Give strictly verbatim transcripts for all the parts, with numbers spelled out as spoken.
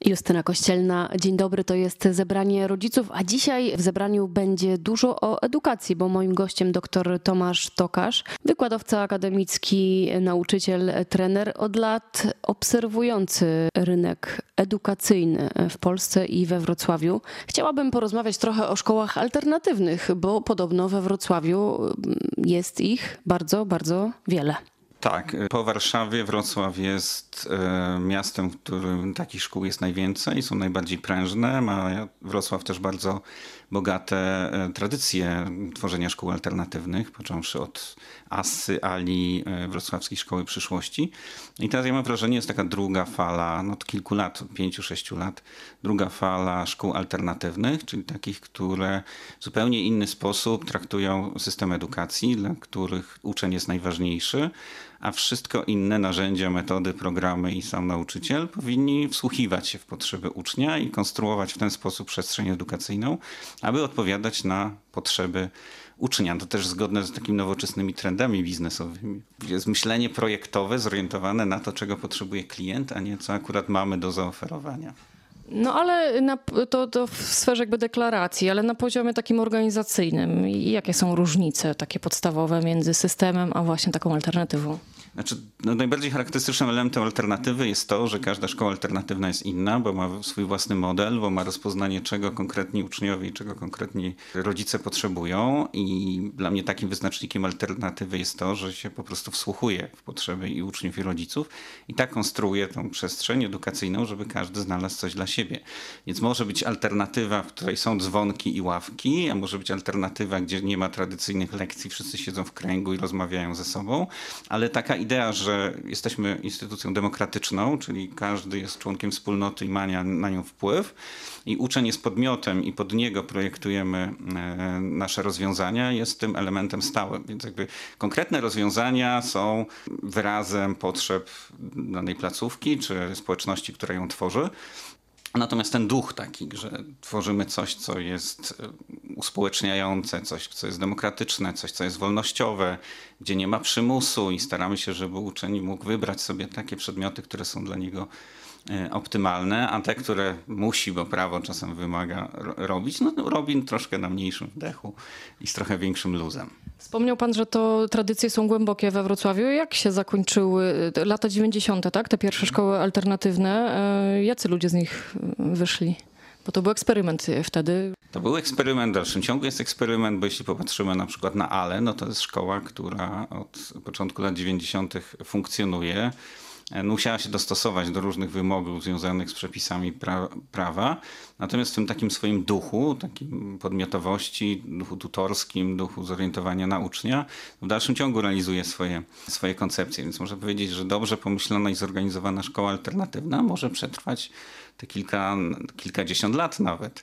Justyna Kościelna, dzień dobry, to jest zebranie rodziców, a dzisiaj w zebraniu będzie dużo o edukacji, bo moim gościem dr Tomasz Tokarz, wykładowca akademicki, nauczyciel, trener, od lat obserwujący rynek edukacyjny w Polsce i we Wrocławiu. Chciałabym porozmawiać trochę o szkołach alternatywnych, bo podobno we Wrocławiu jest ich bardzo, bardzo wiele. Tak, po Warszawie Wrocław jest e, miastem, w którym takich szkół jest najwięcej, są najbardziej prężne. Ma Wrocław też bardzo bogate e, tradycje tworzenia szkół alternatywnych, począwszy od Assy, Ali, e, Wrocławskiej Szkoły Przyszłości. I teraz ja mam wrażenie, jest taka druga fala, no od kilku lat, od pięciu, sześciu lat, druga fala szkół alternatywnych, czyli takich, które w zupełnie inny sposób traktują system edukacji, dla których uczeń jest najważniejszy, a wszystko inne narzędzia, metody, programy i sam nauczyciel powinni wsłuchiwać się w potrzeby ucznia i konstruować w ten sposób przestrzeń edukacyjną, aby odpowiadać na potrzeby ucznia. To też zgodne z takimi nowoczesnymi trendami biznesowymi. Jest myślenie projektowe zorientowane na to, czego potrzebuje klient, a nie co akurat mamy do zaoferowania. No ale na, to, to w sferze jakby deklaracji, ale na poziomie takim organizacyjnym, jakie są różnice takie podstawowe między systemem a właśnie taką alternatywą? Znaczy, no najbardziej charakterystycznym elementem alternatywy jest to, że każda szkoła alternatywna jest inna, bo ma swój własny model, bo ma rozpoznanie, czego konkretni uczniowie i czego konkretni rodzice potrzebują. I dla mnie takim wyznacznikiem alternatywy jest to, że się po prostu wsłuchuje w potrzeby i uczniów, i rodziców i tak konstruuje tą przestrzeń edukacyjną, żeby każdy znalazł coś dla siebie. Więc może być alternatywa, w której są dzwonki i ławki, a może być alternatywa, gdzie nie ma tradycyjnych lekcji, wszyscy siedzą w kręgu i rozmawiają ze sobą, ale taka idea, że jesteśmy instytucją demokratyczną, czyli każdy jest członkiem wspólnoty i ma na nią wpływ i uczeń jest podmiotem i pod niego projektujemy nasze rozwiązania, jest tym elementem stałym. Więc jakby konkretne rozwiązania są wyrazem potrzeb danej placówki czy społeczności, która ją tworzy. Natomiast ten duch taki, że tworzymy coś, co jest uspołeczniające, coś, co jest demokratyczne, coś, co jest wolnościowe, gdzie nie ma przymusu i staramy się, żeby uczeń mógł wybrać sobie takie przedmioty, które są dla niego optymalne, a te, które musi, bo prawo czasem wymaga robić, no robi troszkę na mniejszym wdechu i z trochę większym luzem. Wspomniał pan, że to tradycje są głębokie we Wrocławiu. Jak się zakończyły lata dziewięćdziesiąte, tak? Te pierwsze szkoły alternatywne. Jacy ludzie z nich wyszli? Bo to był eksperyment wtedy. To był eksperyment, w dalszym ciągu jest eksperyment, bo jeśli popatrzymy na przykład na Ale, no to jest szkoła, która od początku lat dziewięćdziesiątych funkcjonuje. Musiała się dostosować do różnych wymogów związanych z przepisami pra- prawa. Natomiast w tym takim swoim duchu, takim podmiotowości, duchu tutorskim, duchu zorientowania na ucznia, w dalszym ciągu realizuje swoje, swoje koncepcje. Więc można powiedzieć, że dobrze pomyślana i zorganizowana szkoła alternatywna może przetrwać te kilka, kilkadziesiąt lat nawet.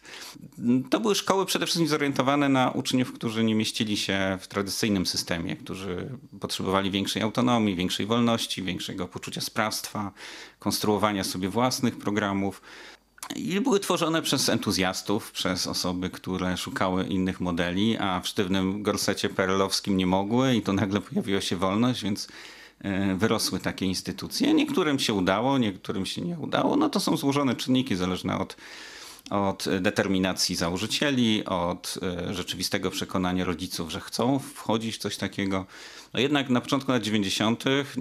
To były szkoły przede wszystkim zorientowane na uczniów, którzy nie mieścili się w tradycyjnym systemie, którzy potrzebowali większej autonomii, większej wolności, większego poczucia sprawstwa, konstruowania sobie własnych programów. I były tworzone przez entuzjastów, przez osoby, które szukały innych modeli, a w sztywnym gorsecie perelowskim nie mogły i to nagle pojawiła się wolność, więc wyrosły takie instytucje. Niektórym się udało, niektórym się nie udało. No to są złożone czynniki zależne od, od determinacji założycieli, od rzeczywistego przekonania rodziców, że chcą wchodzić w coś takiego. No jednak na początku lat dziewięćdziesiątych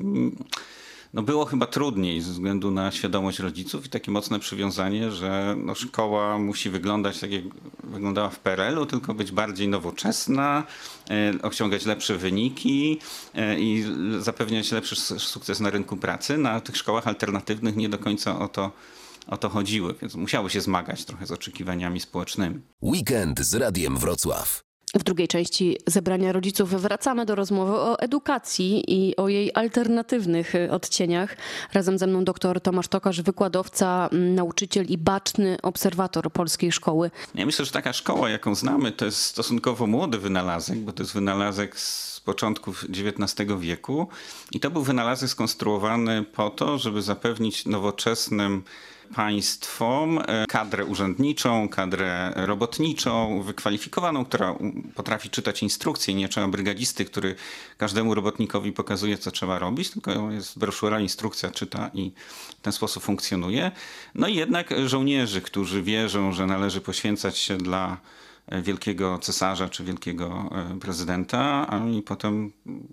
no było chyba trudniej ze względu na świadomość rodziców i takie mocne przywiązanie, że no szkoła musi wyglądać tak jak wyglądała w P R L u, tylko być bardziej nowoczesna, e, osiągać lepsze wyniki e, i zapewniać lepszy sukces na rynku pracy. Na tych szkołach alternatywnych nie do końca o to, o to chodziły, więc musiały się zmagać trochę z oczekiwaniami społecznymi. Weekend z Radiem Wrocław. W drugiej części zebrania rodziców wracamy do rozmowy o edukacji i o jej alternatywnych odcieniach. Razem ze mną dr Tomasz Tokarz, wykładowca, nauczyciel i baczny obserwator polskiej szkoły. Ja myślę, że taka szkoła, jaką znamy, to jest stosunkowo młody wynalazek, bo to jest wynalazek z początków dziewiętnastego wieku i to był wynalazek skonstruowany po to, żeby zapewnić nowoczesnym państwom kadrę urzędniczą, kadrę robotniczą, wykwalifikowaną, która potrafi czytać instrukcje. Nie trzeba brygadisty, który każdemu robotnikowi pokazuje, co trzeba robić, tylko jest broszura, instrukcja, czyta i w ten sposób funkcjonuje. No i jednak żołnierzy, którzy wierzą, że należy poświęcać się dla wielkiego cesarza czy wielkiego prezydenta, a oni potem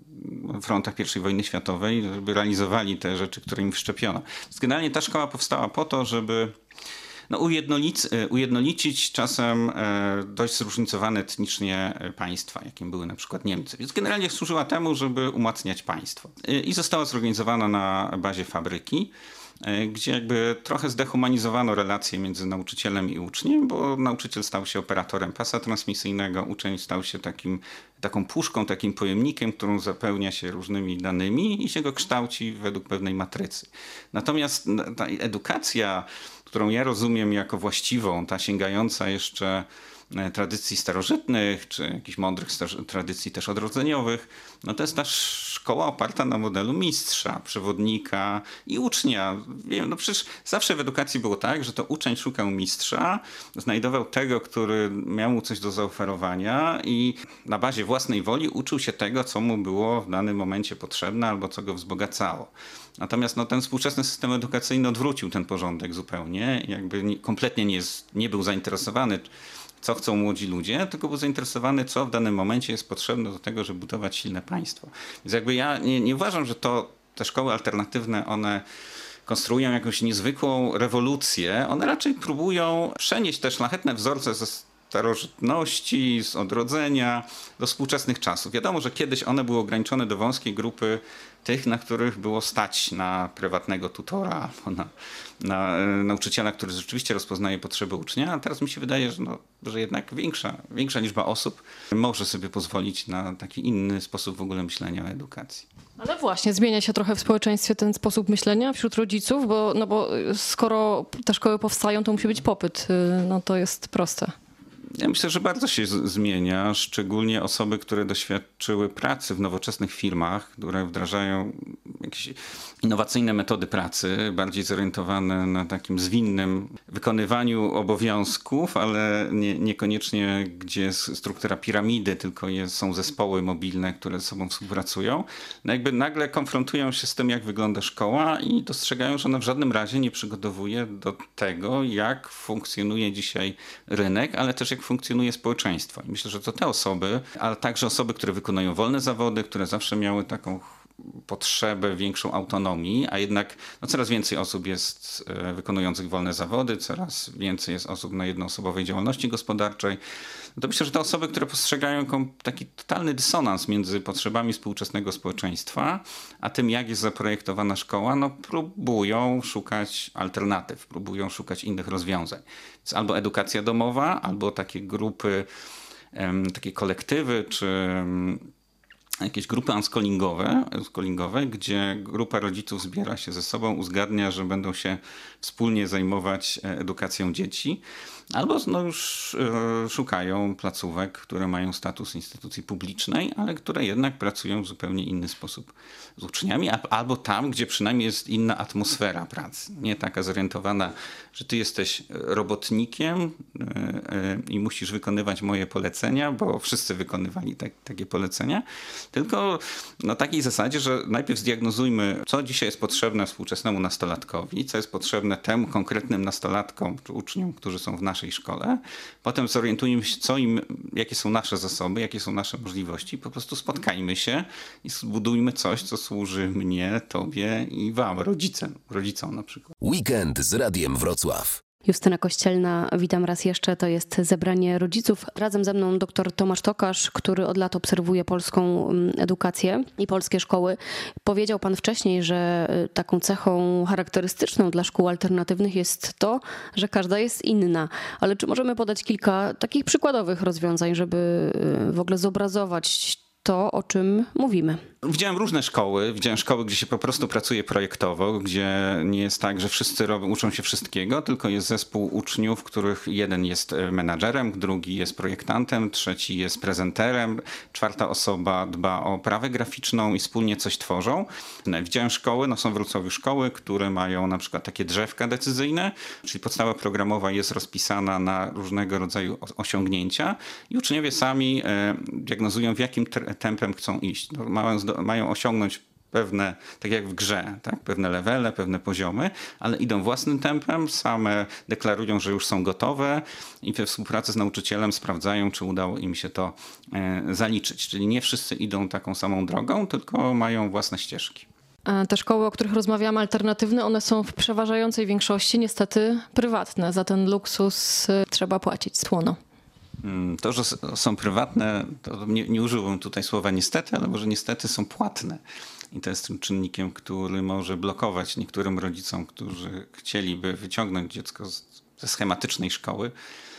w frontach pierwszej wojny światowej, żeby realizowali te rzeczy, które im wszczepiono. Więc generalnie ta szkoła powstała po to, żeby no, ujednolic, ujednolicić czasem dość zróżnicowane etnicznie państwa, jakim były na przykład Niemcy. Więc generalnie służyła temu, żeby umacniać państwo. I została zorganizowana na bazie fabryki, gdzie jakby trochę zdehumanizowano relacje między nauczycielem i uczniem, bo nauczyciel stał się operatorem pasa transmisyjnego, uczeń stał się takim, taką puszką, takim pojemnikiem, którą zapełnia się różnymi danymi i się go kształci według pewnej matrycy. Natomiast ta edukacja, którą ja rozumiem jako właściwą, ta sięgająca jeszcze tradycji starożytnych, czy jakichś mądrych tradycji też odrodzeniowych, no to jest ta szkoła oparta na modelu mistrza, przewodnika i ucznia. Wiem, no przecież zawsze w edukacji było tak, że to uczeń szukał mistrza, znajdował tego, który miał mu coś do zaoferowania i na bazie własnej woli uczył się tego, co mu było w danym momencie potrzebne albo co go wzbogacało. Natomiast no, ten współczesny system edukacyjny odwrócił ten porządek zupełnie, jakby nie, kompletnie nie, nie był zainteresowany, co chcą młodzi ludzie, tylko był zainteresowany, co w danym momencie jest potrzebne do tego, żeby budować silne państwo. Więc jakby ja nie, nie uważam, że to te szkoły alternatywne, one konstruują jakąś niezwykłą rewolucję. One raczej próbują przenieść te szlachetne wzorce ze starożytności, z odrodzenia do współczesnych czasów. Wiadomo, że kiedyś one były ograniczone do wąskiej grupy tych, na których było stać na prywatnego tutora albo na, na nauczyciela, który rzeczywiście rozpoznaje potrzeby ucznia, a teraz mi się wydaje, że, no, że jednak większa, większa liczba osób może sobie pozwolić na taki inny sposób w ogóle myślenia o edukacji. Ale właśnie, zmienia się trochę w społeczeństwie ten sposób myślenia wśród rodziców, bo, no bo skoro te szkoły powstają, to musi być popyt. No to jest proste. Ja myślę, że bardzo się z- zmienia, szczególnie osoby, które doświadczyły pracy w nowoczesnych firmach, które wdrażają jakieś innowacyjne metody pracy, bardziej zorientowane na takim zwinnym wykonywaniu obowiązków, ale nie, niekoniecznie gdzie jest struktura piramidy, tylko jest, są zespoły mobilne, które ze sobą współpracują. No jakby nagle konfrontują się z tym, jak wygląda szkoła i dostrzegają, że ona w żadnym razie nie przygotowuje do tego, jak funkcjonuje dzisiaj rynek, ale też jak funkcjonuje społeczeństwo. I myślę, że to te osoby, ale także osoby, które wykonują wolne zawody, które zawsze miały taką potrzebę większą autonomii, a jednak no, coraz więcej osób jest e, wykonujących wolne zawody, coraz więcej jest osób na jednoosobowej działalności gospodarczej. No to myślę, że te osoby, które postrzegają taki totalny dysonans między potrzebami współczesnego społeczeństwa, a tym, jak jest zaprojektowana szkoła, no próbują szukać alternatyw, próbują szukać innych rozwiązań. Więc albo edukacja domowa, albo takie grupy, em, takie kolektywy, czy jakieś grupy unschoolingowe, unschoolingowe, gdzie grupa rodziców zbiera się ze sobą, uzgadnia, że będą się wspólnie zajmować edukacją dzieci, albo no już e, szukają placówek, które mają status instytucji publicznej, ale które jednak pracują w zupełnie inny sposób z uczniami, albo tam, gdzie przynajmniej jest inna atmosfera pracy. Nie taka zorientowana, że ty jesteś robotnikiem e, e, i musisz wykonywać moje polecenia, bo wszyscy wykonywali tak, takie polecenia, tylko na takiej zasadzie, że najpierw zdiagnozujmy, co dzisiaj jest potrzebne współczesnemu nastolatkowi, co jest potrzebne temu konkretnym nastolatkom czy uczniom, którzy są w naszej szkole. Potem zorientujmy się, co im, jakie są nasze zasoby, jakie są nasze możliwości. Po prostu spotkajmy się i zbudujmy coś, co służy mnie, tobie i wam, rodzicom, rodzicom na przykład. Weekend z Radiem Wrocław. Justyna Kościelna, witam raz jeszcze. To jest zebranie rodziców. Razem ze mną dr Tomasz Tokarz, który od lat obserwuje polską edukację i polskie szkoły. Powiedział pan wcześniej, że taką cechą charakterystyczną dla szkół alternatywnych jest to, że każda jest inna. Ale czy możemy podać kilka takich przykładowych rozwiązań, żeby w ogóle zobrazować to, o czym mówimy? Widziałem różne szkoły. Widziałem szkoły, gdzie się po prostu pracuje projektowo, gdzie nie jest tak, że wszyscy robią, uczą się wszystkiego, tylko jest zespół uczniów, których jeden jest menadżerem, drugi jest projektantem, trzeci jest prezenterem, czwarta osoba dba o oprawę graficzną i wspólnie coś tworzą. Widziałem szkoły, no są w Wrocławiu szkoły, które mają na przykład takie drzewka decyzyjne, czyli podstawa programowa jest rozpisana na różnego rodzaju osiągnięcia i uczniowie sami e, diagnozują, w jakim tempem chcą iść. No, mają, mają osiągnąć pewne, tak jak w grze, tak? Pewne levele, pewne poziomy, ale idą własnym tempem, same deklarują, że już są gotowe i we współpracy z nauczycielem sprawdzają, czy udało im się to e, zaliczyć. Czyli nie wszyscy idą taką samą drogą, tylko mają własne ścieżki. Te szkoły, o których rozmawiamy, alternatywne, one są w przeważającej większości niestety prywatne. Za ten luksus trzeba płacić słono. To, że są prywatne, to nie, nie użyłbym tutaj słowa niestety, ale może niestety są płatne. I to jest tym czynnikiem, który może blokować niektórym rodzicom, którzy chcieliby wyciągnąć dziecko z, ze schematycznej szkoły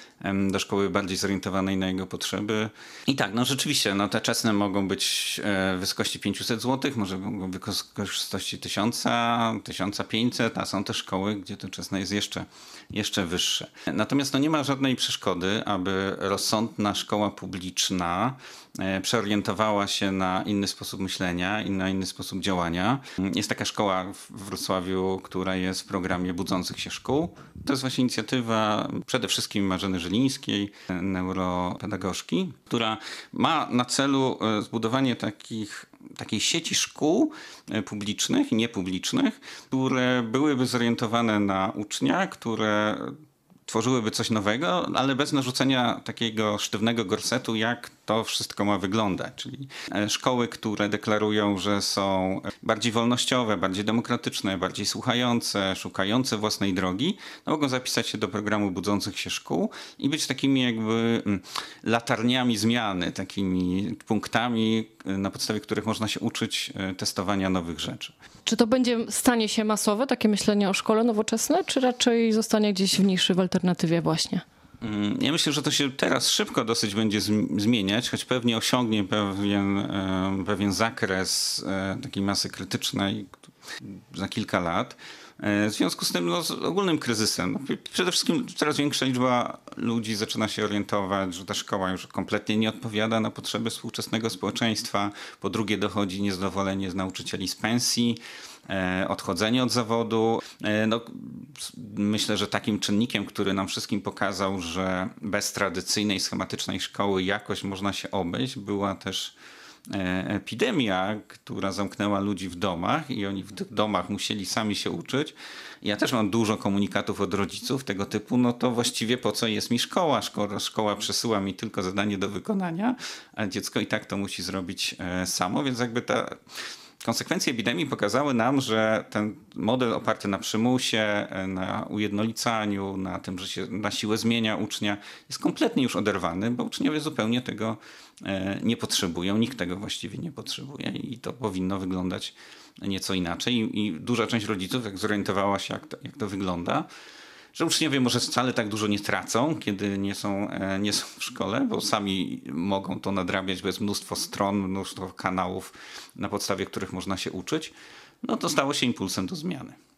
do szkoły bardziej zorientowanej na jego potrzeby. I tak, no rzeczywiście, no te czesne mogą być w wysokości pięćset złotych, może mogą być w wysokości tysiąc, tysiąc pięćset, a są też szkoły, gdzie to czesne jest jeszcze, jeszcze wyższe. Natomiast no nie ma żadnej przeszkody, aby rozsądna szkoła publiczna przeorientowała się na inny sposób myślenia i na inny sposób działania. Jest taka szkoła w Wrocławiu, która jest w programie Budzących się Szkół. To jest właśnie inicjatywa przede wszystkim Marzeny Żylińskiej, neuropedagogzki, która ma na celu zbudowanie takich, takiej sieci szkół publicznych i niepublicznych, które byłyby zorientowane na ucznia, które tworzyłyby coś nowego, ale bez narzucenia takiego sztywnego gorsetu, jak to wszystko ma wyglądać. Czyli szkoły, które deklarują, że są bardziej wolnościowe, bardziej demokratyczne, bardziej słuchające, szukające własnej drogi, no mogą zapisać się do programu Budzących się Szkół i być takimi jakby latarniami zmiany, takimi punktami, na podstawie których można się uczyć testowania nowych rzeczy. Czy to będzie, stanie się masowe, takie myślenie o szkole nowoczesne, czy raczej zostanie gdzieś w niszy, w alternatywie właśnie? Ja myślę, że to się teraz szybko dosyć będzie zmieniać, choć pewnie osiągnie pewien, pewien zakres takiej masy krytycznej za kilka lat. W związku z tym no, z ogólnym kryzysem. No, przede wszystkim coraz większa liczba ludzi zaczyna się orientować, że ta szkoła już kompletnie nie odpowiada na potrzeby współczesnego społeczeństwa. Po drugie dochodzi niezadowolenie z nauczycieli z pensji, odchodzenie od zawodu. No, myślę, że takim czynnikiem, który nam wszystkim pokazał, że bez tradycyjnej, schematycznej szkoły jakoś można się obejść, była też epidemia, która zamknęła ludzi w domach i oni w tych domach musieli sami się uczyć. Ja też mam dużo komunikatów od rodziców tego typu, no to właściwie po co jest mi szkoła? Szkoła, szkoła przesyła mi tylko zadanie do wykonania, a dziecko i tak to musi zrobić samo, więc jakby ta... Konsekwencje epidemii pokazały nam, że ten model oparty na przymusie, na ujednolicaniu, na tym, że się na siłę zmienia ucznia, jest kompletnie już oderwany, bo uczniowie zupełnie tego nie potrzebują. Nikt tego właściwie nie potrzebuje i to powinno wyglądać nieco inaczej. I duża część rodziców, jak zorientowała się, jak to, jak to wygląda, że uczniowie może wcale tak dużo nie tracą, kiedy nie są, nie są w szkole, bo sami mogą to nadrabiać, bo jest mnóstwo stron, mnóstwo kanałów, na podstawie których można się uczyć, no to stało się impulsem do zmiany.